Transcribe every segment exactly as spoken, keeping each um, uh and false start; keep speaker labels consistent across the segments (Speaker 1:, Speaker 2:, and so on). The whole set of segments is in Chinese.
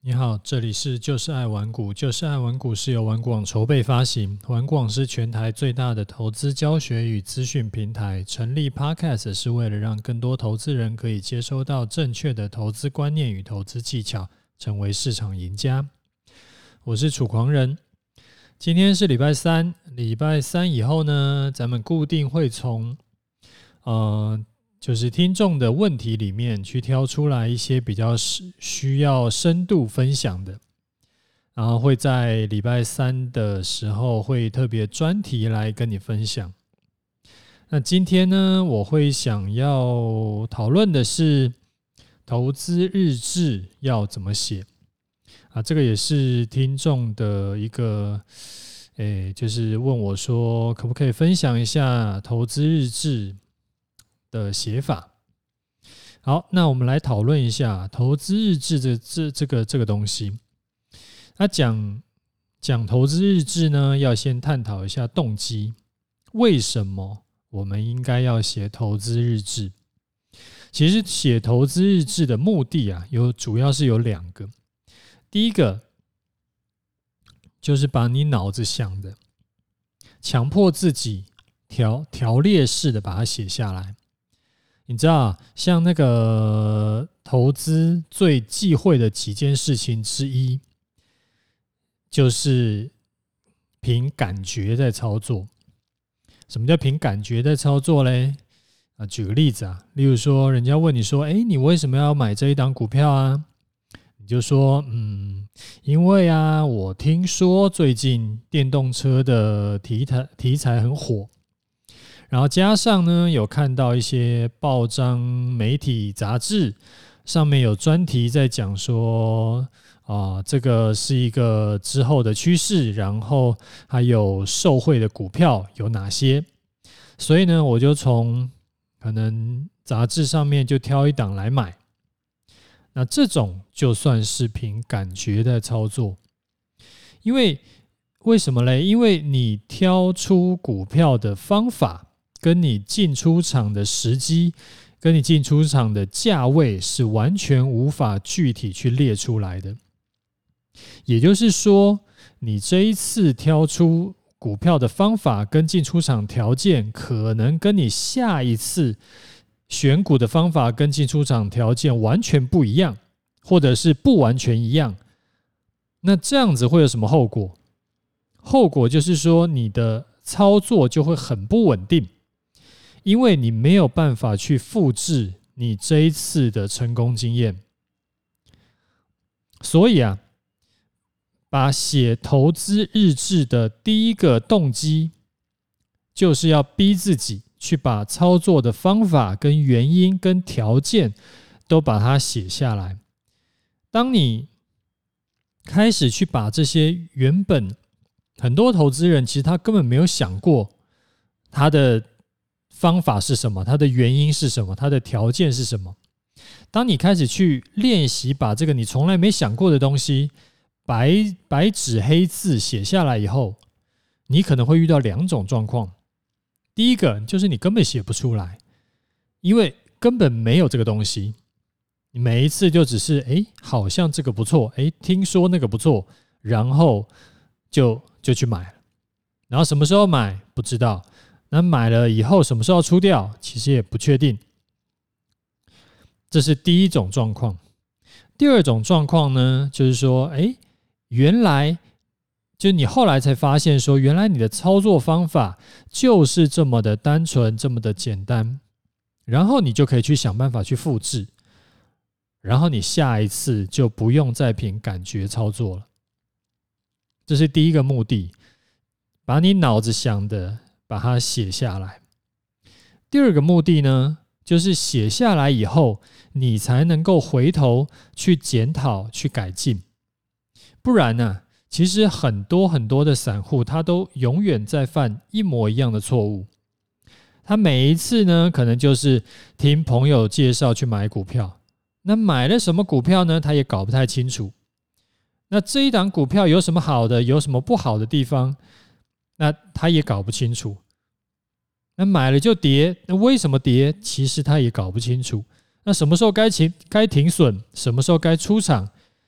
Speaker 1: 你好，这里是就是爱玩股，就是爱玩股是由玩股网筹备发行，玩股网是全台最大的投资教学与资讯平台。成立 Podcast 是为了让更多投资人可以接收到正确的投资观念与投资技巧，成为市场赢家。我是楚狂人，今天是礼拜三，礼拜三以后呢，咱们固定会从呃。就是听众的问题里面去挑出来一些比较需要深度分享的，然后会在礼拜三的时候会特别专题来跟你分享。那今天呢，我会想要讨论的是投资日志要怎么写啊？这个也是听众的一个，诶，就是问我说，可不可以分享一下投资日志的写法。好，那我们来讨论一下投资日志这这这个这个东西。那讲讲投资日志呢，要先探讨一下动机，为什么我们应该要写投资日志？其实写投资日志的目的啊，有主要是有两个。第一个就是把你脑子想的，强迫自己条条列式的把它写下来。你知道，像那个投资最忌讳的几件事情之一，就是凭感觉在操作。什么叫凭感觉在操作嘞？啊，举个例子啊，例如说，人家问你说：“哎，你为什么要买这一档股票啊？”你就说：“嗯，因为啊，我听说最近电动车的题材题材很火。”然后加上呢，有看到一些报章、媒体、杂志上面有专题在讲说，啊、呃，这个是一个之后的趋势，然后还有受惠的股票有哪些，所以呢，我就从可能杂志上面就挑一档来买。那这种就算是凭感觉的操作，因为为什么嘞？因为你挑出股票的方法，跟你进出场的时机，跟你进出场的价位是完全无法具体去列出来的。也就是说，你这一次挑出股票的方法跟进出场条件，可能跟你下一次选股的方法跟进出场条件完全不一样，或者是不完全一样。那这样子会有什么后果？后果就是说，你的操作就会很不稳定。因为你没有办法去复制你这一次的成功经验，所以啊，把写投资日志的第一个动机，就是要逼自己去把操作的方法、跟原因、跟条件都把它写下来。当你开始去把这些原本很多投资人其实他根本没有想过他的方法是什么，它的原因是什么，它的条件是什么。当你开始去练习把这个你从来没想过的东西白白纸黑字写下来以后，你可能会遇到两种状况。第一个就是你根本写不出来，因为根本没有这个东西。你每一次就只是哎，好像这个不错，哎，听说那个不错，然后就就去买了。然后什么时候买不知道。那买了以后什么时候出掉，其实也不确定。这是第一种状况。第二种状况呢，就是说，哎，原来就你后来才发现说，原来你的操作方法就是这么的单纯，这么的简单，然后你就可以去想办法去复制，然后你下一次就不用再凭感觉操作了。这是第一个目的，把你脑子想的把它写下来。第二个目的呢，就是写下来以后，你才能够回头去检讨、去改进。不然呢、啊，其实很多很多的散户，他都永远在犯一模一样的错误。他每一次呢，可能就是听朋友介绍去买股票，那买了什么股票呢？他也搞不太清楚。那这一档股票有什么好的，有什么不好的地方？那他也搞不清楚。那买了就跌，那为什么跌？其实他也搞不清楚。那什么时候该停该停损，什么时候该出场，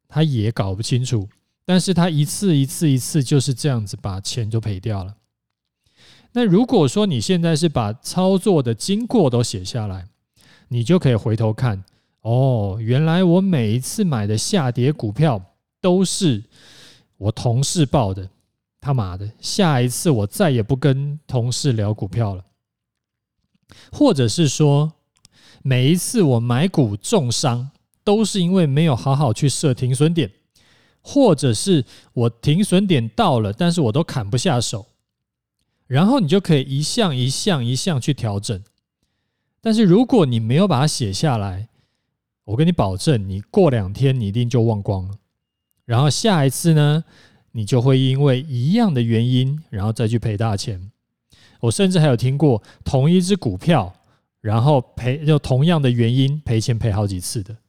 Speaker 1: 他也搞不清楚，但是他一次一次一次就是这样子把钱就赔掉了。那如果说你现在是把操作的经过都写下来，你就可以回头看，哦，原来我每一次买的下跌股票都是我同事报的，他妈的，下一次我再也不跟同事聊股票了。或者是说，每一次我买股重伤，都是因为没有好好去设停损点，或者是我停损点到了，但是我都砍不下手。然后你就可以一项一项一项去调整。但是如果你没有把它写下来，我跟你保证，你过两天你一定就忘光了。然后下一次呢，你就会因为一样的原因，然后再去赔大钱。我甚至还有听过同一只股票，然后赔就同样的原因赔钱赔好几次的。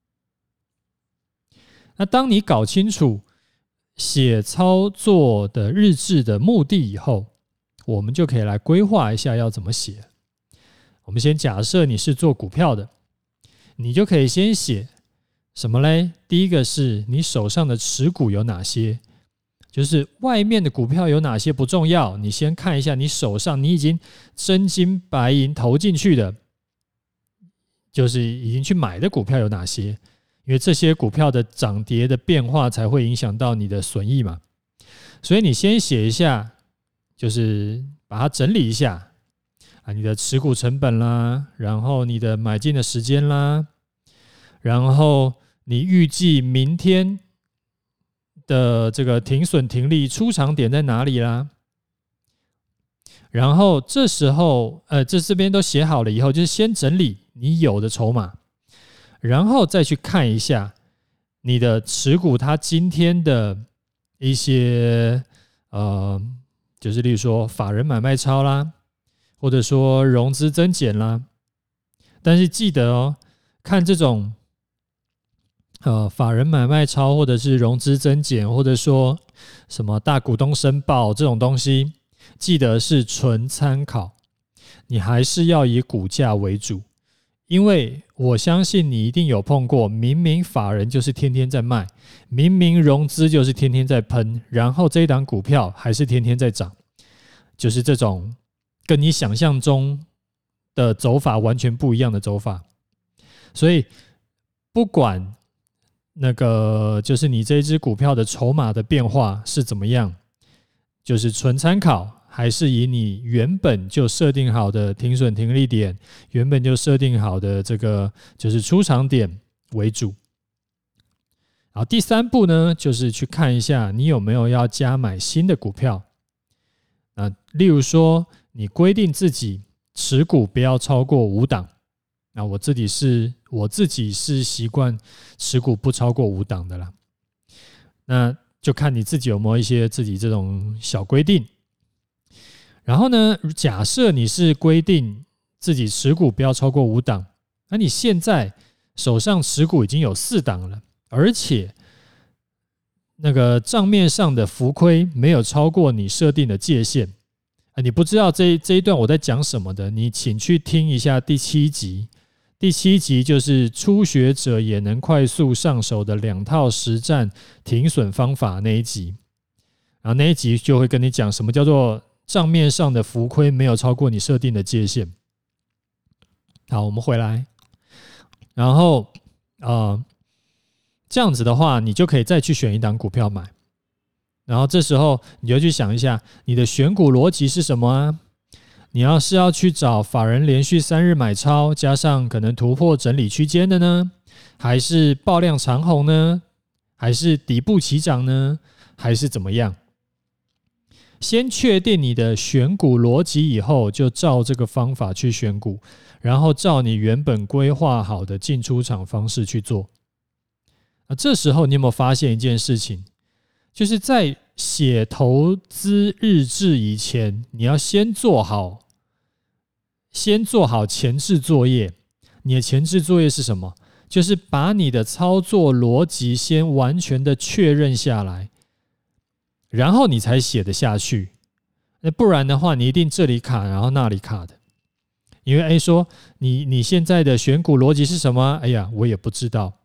Speaker 1: 那当你搞清楚写操作的日志的目的以后，我们就可以来规划一下要怎么写。我们先假设你是做股票的，你就可以先写什么嘞？第一个是你手上的持股有哪些，就是外面的股票有哪些不重要，你先看一下你手上你已经真金白银投进去的，就是已经去买的股票有哪些，因为这些股票的涨跌的变化才会影响到你的损益嘛。所以你先写一下，就是把它整理一下啊，你的持股成本啦，然后你的买进的时间啦，然后你预计明天的这个停损停利出场点在哪里啦？然后这时候，呃，这这边都写好了以后，就是先整理你有的筹码，然后再去看一下你的持股它今天的一些呃，就是例如说法人买卖超啦，或者说融资增减啦。但是记得哦，看这种呃，法人买卖超或者是融资增减，或者说什么大股东申报这种东西，记得是纯参考，你还是要以股价为主。因为我相信你一定有碰过，明明法人就是天天在卖，明明融资就是天天在喷，然后这一档股票还是天天在涨，就是这种跟你想象中的走法完全不一样的走法。所以不管那个就是你这一支股票的筹码的变化是怎么样，就是纯参考，还是以你原本就设定好的停损停利点，原本就设定好的这个就是出场点为主。好，第三步呢，就是去看一下你有没有要加买新的股票。啊，例如说你规定自己持股不要超过五档。那我自己是我自己是习惯持股不超过五档的啦，那就看你自己有没有一些自己这种小规定。然后呢，假设你是规定自己持股不要超过五档，那你现在手上持股已经有四档了，而且那个账面上的浮亏没有超过你设定的界限。你不知道这这一段我在讲什么的，你请去听一下第七集。第七集就是初学者也能快速上手的两套实战停损方法那一集，然后那一集就会跟你讲什么叫做账面上的浮亏没有超过你设定的界限。好，我们回来，然后呃，这样子的话，你就可以再去选一档股票买，然后这时候你就去想一下你的选股逻辑是什么啊？你要是要去找法人连续三日买超，加上可能突破整理区间的呢，还是爆量长红呢，还是底部起涨呢，还是怎么样？先确定你的选股逻辑以后，就照这个方法去选股，然后照你原本规划好的进出场方式去做。啊，这时候你有没有发现一件事情？就是在写投资日志以前，你要先做好，先做好前置作业。你的前置作业是什么？就是把你的操作逻辑先完全的确认下来，然后你才写得下去。那不然的话，你一定这里卡，然后那里卡的。因为 A 说你你现在的选股逻辑是什么？哎呀，我也不知道。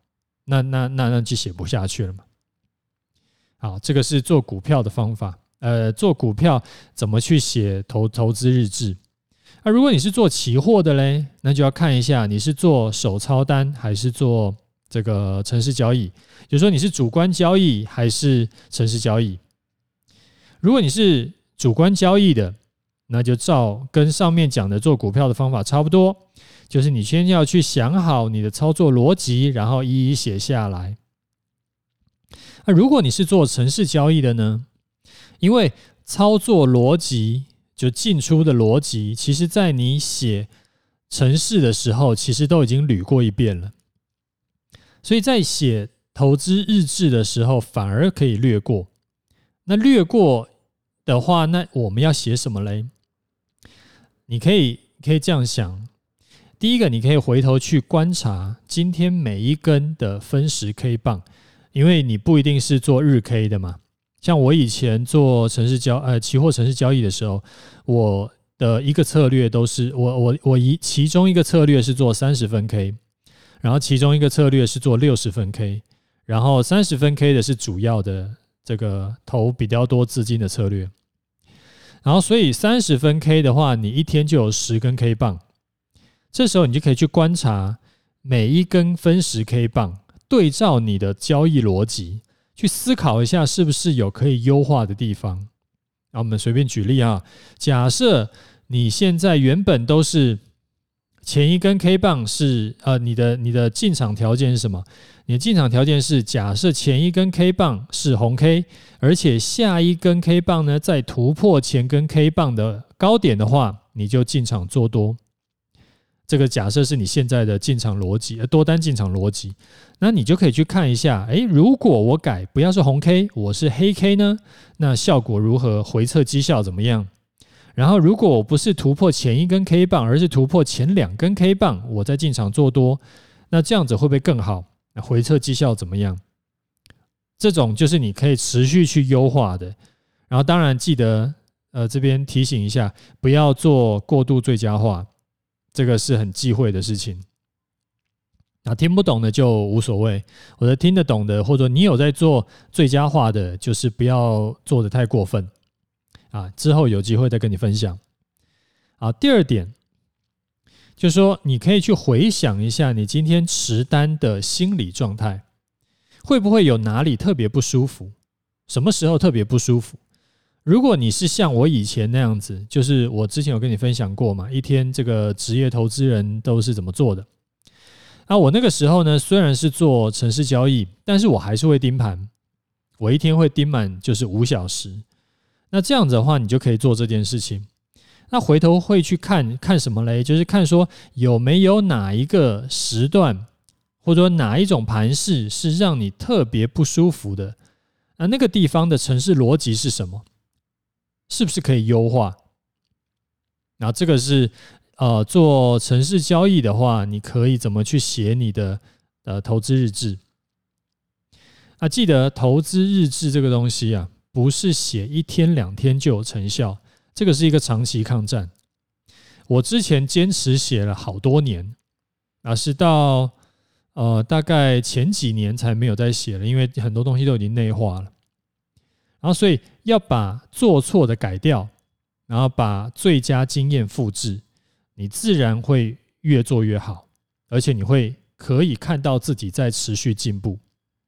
Speaker 1: 那那那那就写不下去了嘛。好，这个是做股票的方法。呃，做股票怎么去写投投资日志？那、啊、如果你是做期货的嘞，那就要看一下你是做手操单还是做这个程式交易，就是说你是主观交易还是程式交易。如果你是主观交易的，那就照跟上面讲的做股票的方法差不多，就是你先要去想好你的操作逻辑，然后一一写下来。那、啊、如果你是做程式交易的呢？因为操作逻辑就进出的逻辑，其实在你写程式的时候，其实都已经捋过一遍了，所以在写投资日志的时候，反而可以略过。那略过的话，那我们要写什么嘞？你可以可以这样想，第一个，你可以回头去观察今天每一根的分时 K 棒，因为你不一定是做日 K 的嘛。像我以前做程式交呃期货程式交易的时候，我的一个策略都是我我我一其中一个策略是做三十分 K， 然后其中一个策略是做六十分 K， 然后三十分 K 的是主要的这个投比较多资金的策略。然后所以三十分 K 的话，你一天就有十根 K 棒，这时候你就可以去观察每一根分时 K 棒，对照你的交易逻辑。去思考一下是不是有可以优化的地方。然后我们随便举例啊，假设你现在原本都是前一根 K 棒是呃你的你的进场条件是什么？你的进场条件是假设前一根 K 棒是红 K， 而且下一根 K 棒呢在突破前根 K 棒的高点的话，你就进场做多。这个假设是你现在的进场逻辑，多单进场逻辑，那你就可以去看一下，诶，如果我改不要是红 K， 我是黑 K 呢，那效果如何？回测绩效怎么样？然后如果我不是突破前一根 K 棒，而是突破前两根 K 棒，我再进场做多，那这样子会不会更好？那回测绩效怎么样？这种就是你可以持续去优化的。然后当然记得，呃，这边提醒一下，不要做过度最佳化。这个是很忌讳的事情。那听不懂的就无所谓，我的听得懂的，或者你有在做最佳化的，就是不要做得太过分啊。之后有机会再跟你分享。好，第二点就是说，你可以去回想一下你今天持单的心理状态，会不会有哪里特别不舒服？什么时候特别不舒服？如果你是像我以前那样子，就是我之前有跟你分享过嘛，一天这个职业投资人都是怎么做的。那我那个时候呢，虽然是做程式交易，但是我还是会盯盘，我一天会盯满就是五小时。那这样子的话，你就可以做这件事情。那回头会去看看什么嘞？就是看说有没有哪一个时段，或者说哪一种盘势是让你特别不舒服的。那那个地方的程式逻辑是什么？是不是可以优化？然后这个是呃做程式交易的话，你可以怎么去写你的呃投资日志？啊，记得投资日志这个东西啊，不是写一天两天就有成效，这个是一个长期抗战。我之前坚持写了好多年，啊，是到呃大概前几年才没有再写了，因为很多东西都已经内化了。然后所以要把做错的改掉，然后把最佳经验复制，你自然会越做越好，而且你会可以看到自己在持续进步。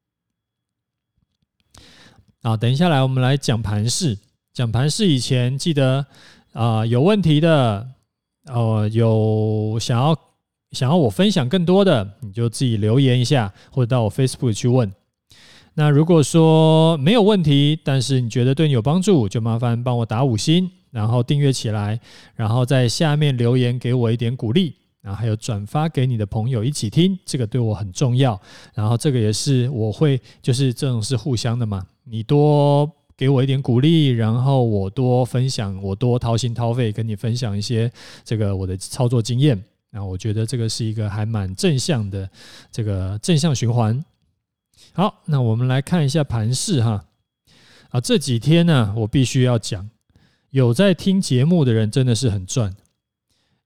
Speaker 1: 好，等一下来我们来讲盘势。讲盘势以前记得啊、呃，有问题的，呃，有想要想要我分享更多的，你就自己留言一下，或者到我 Facebook 去问。那如果说没有问题，但是你觉得对你有帮助，就麻烦帮我打五星，然后订阅起来，然后在下面留言给我一点鼓励，然后还有转发给你的朋友一起听，这个对我很重要。然后这个也是我会，就是这种是互相的嘛，你多给我一点鼓励，然后我多分享，我多掏心掏肺跟你分享一些这个我的操作经验。那我觉得这个是一个还蛮正向的这个正向循环。好，那我们来看一下盘势哈。啊，这几天呢，我必须要讲，有在听节目的人真的是很赚，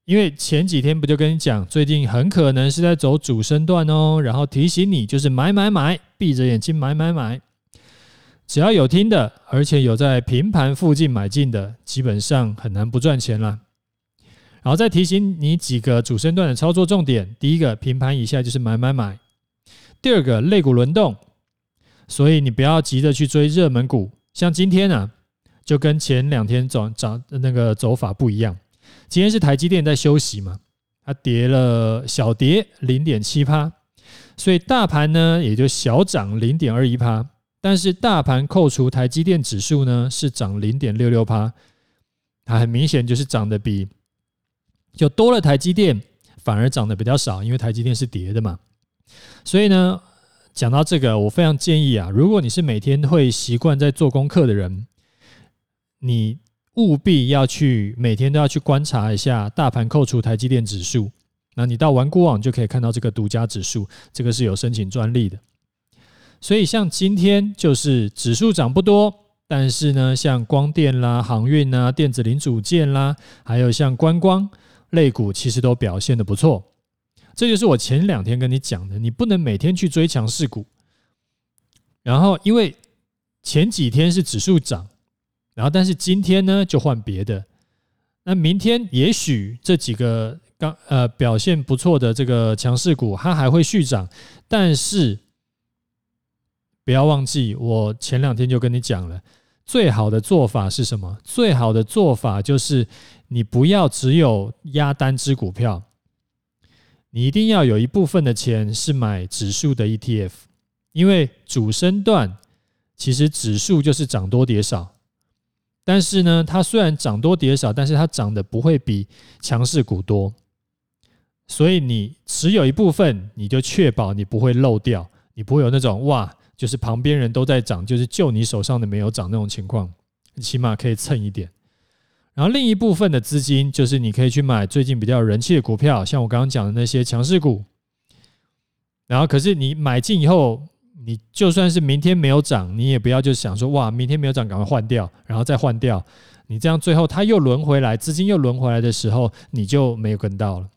Speaker 1: 因为前几天不就跟你讲，最近很可能是在走主升段哦，然后提醒你就是买买买，闭着眼睛买买买。只要有听的，而且有在平盘附近买进的，基本上很难不赚钱啦。然后再提醒你几个主升段的操作重点：第一个，平盘以下就是买买买；第二个，类股轮动，所以你不要急着去追热门股，像今天啊，就跟前两天走涨那个走法不一样。今天是台积电在休息嘛，它跌了小跌 零点七趴， 所以大盘呢也就小涨 零点二一趴， 但是大盘扣除台积电指数呢是涨 零点六六趴， 它很明显就是涨得比就多了台积电，反而涨得比较少，因为台积电是跌的嘛。所以呢，讲到这个，我非常建议啊，如果你是每天会习惯在做功课的人，你务必要去每天都要去观察一下大盘扣除台积电指数，那你到玩股网就可以看到这个独家指数，这个是有申请专利的。所以像今天就是指数涨不多，但是呢，像光电啦、航运啦、电子零组件啦，还有像观光类股，其实都表现得不错。这就是我前两天跟你讲的，你不能每天去追强势股，然后因为前几天是指数涨，然后但是今天呢就换别的，那明天也许这几个刚呃表现不错的这个强势股它还会续涨，但是不要忘记我前两天就跟你讲了，最好的做法是什么？最好的做法就是你不要只有压单只股票，你一定要有一部分的钱是买指数的 E T F， 因为主升段其实指数就是涨多跌少，但是呢，它虽然涨多跌少，但是它涨的不会比强势股多，所以你持有一部分，你就确保你不会漏掉，你不会有那种哇，就是旁边人都在涨，就是就你手上的没有涨那种情况，起码可以蹭一点。然后另一部分的资金就是你可以去买最近比较有人气的股票，像我刚刚讲的那些强势股。然后可是你买进以后，你就算是明天没有涨，你也不要就想说哇，明天没有涨赶快换掉，然后再换掉，你这样最后它又轮回来，资金又轮回来的时候，你就没有跟到了。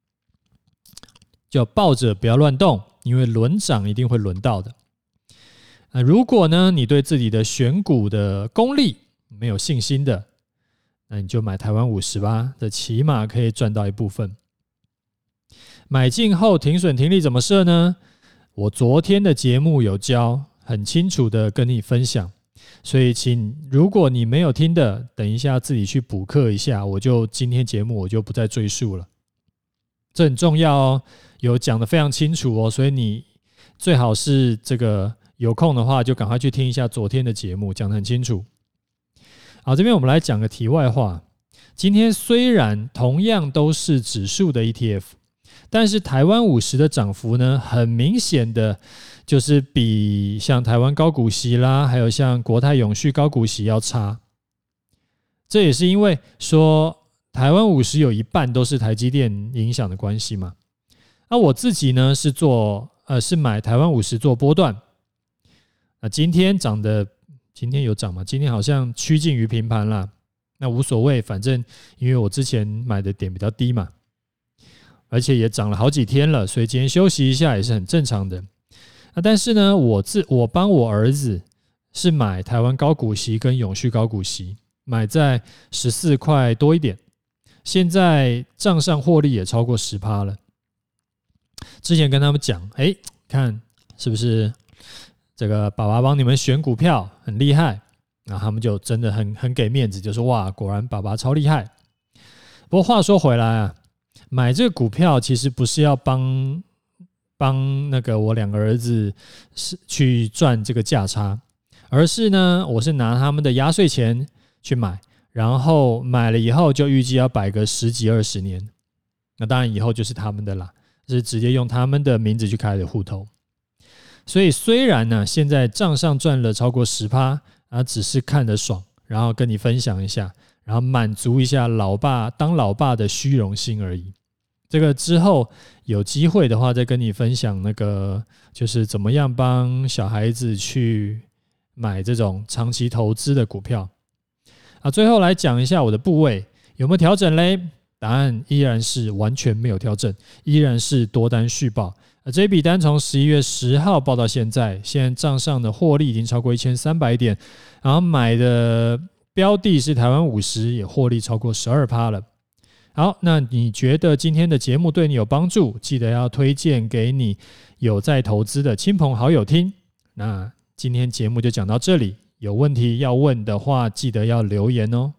Speaker 1: 就抱着不要乱动，因为轮涨一定会轮到的。呃、如果呢你对自己的选股的功力没有信心的，那你就买台湾五十吧，这起码可以赚到一部分。买进后停损停利怎么设呢？我昨天的节目有教，很清楚的跟你分享，所以请如果你没有听的，等一下自己去补课一下，我就今天节目我就不再赘述了。这很重要哦，有讲得非常清楚哦，所以你最好是这个有空的话就赶快去听一下昨天的节目，讲得很清楚。好，这边我们来讲个题外话。今天虽然同样都是指数的 E T F， 但是台湾五十的涨幅呢，很明显的就是比像台湾高股息啦，还有像国泰永续高股息要差。这也是因为说台湾五十有一半都是台积电影响的关系嘛。那我自己呢是做呃是买台湾五十做波段，那今天涨的。今天有涨吗？今天好像趋近于平盘啦，那无所谓，反正因为我之前买的点比较低嘛，而且也涨了好几天了，所以今天休息一下也是很正常的。那但是呢，我自我帮我儿子是买台湾高股息跟永续高股息，买在十四块多一点，现在账上获利也超过 百分之十 了。之前跟他们讲，哎，看是不是？这个爸爸帮你们选股票很厉害，然后他们就真的很很给面子，就说哇，果然爸爸超厉害。不过话说回来啊，买这个股票其实不是要帮帮那个我两个儿子是去赚这个价差，而是呢，我是拿他们的压岁钱去买，然后买了以后就预计要摆个十几二十年，那当然以后就是他们的啦，是直接用他们的名字去开的户头。所以虽然呢，现在账上赚了超过 百分之十 啊，只是看得爽，然后跟你分享一下，然后满足一下老爸当老爸的虚荣心而已。这个之后有机会的话，再跟你分享那个就是怎么样帮小孩子去买这种长期投资的股票啊。最后来讲一下我的部位有没有调整嘞？ 答案依然是完全没有调整，依然是多单续报。而这笔单从十一月十号报到现在，现在账上的获利已经超过一千三百点，然后买的标的是台湾五十，也获利超过 百分之十二 了。好，那你觉得今天的节目对你有帮助，记得要推荐给你有在投资的亲朋好友听。那今天节目就讲到这里，有问题要问的话，记得要留言哦。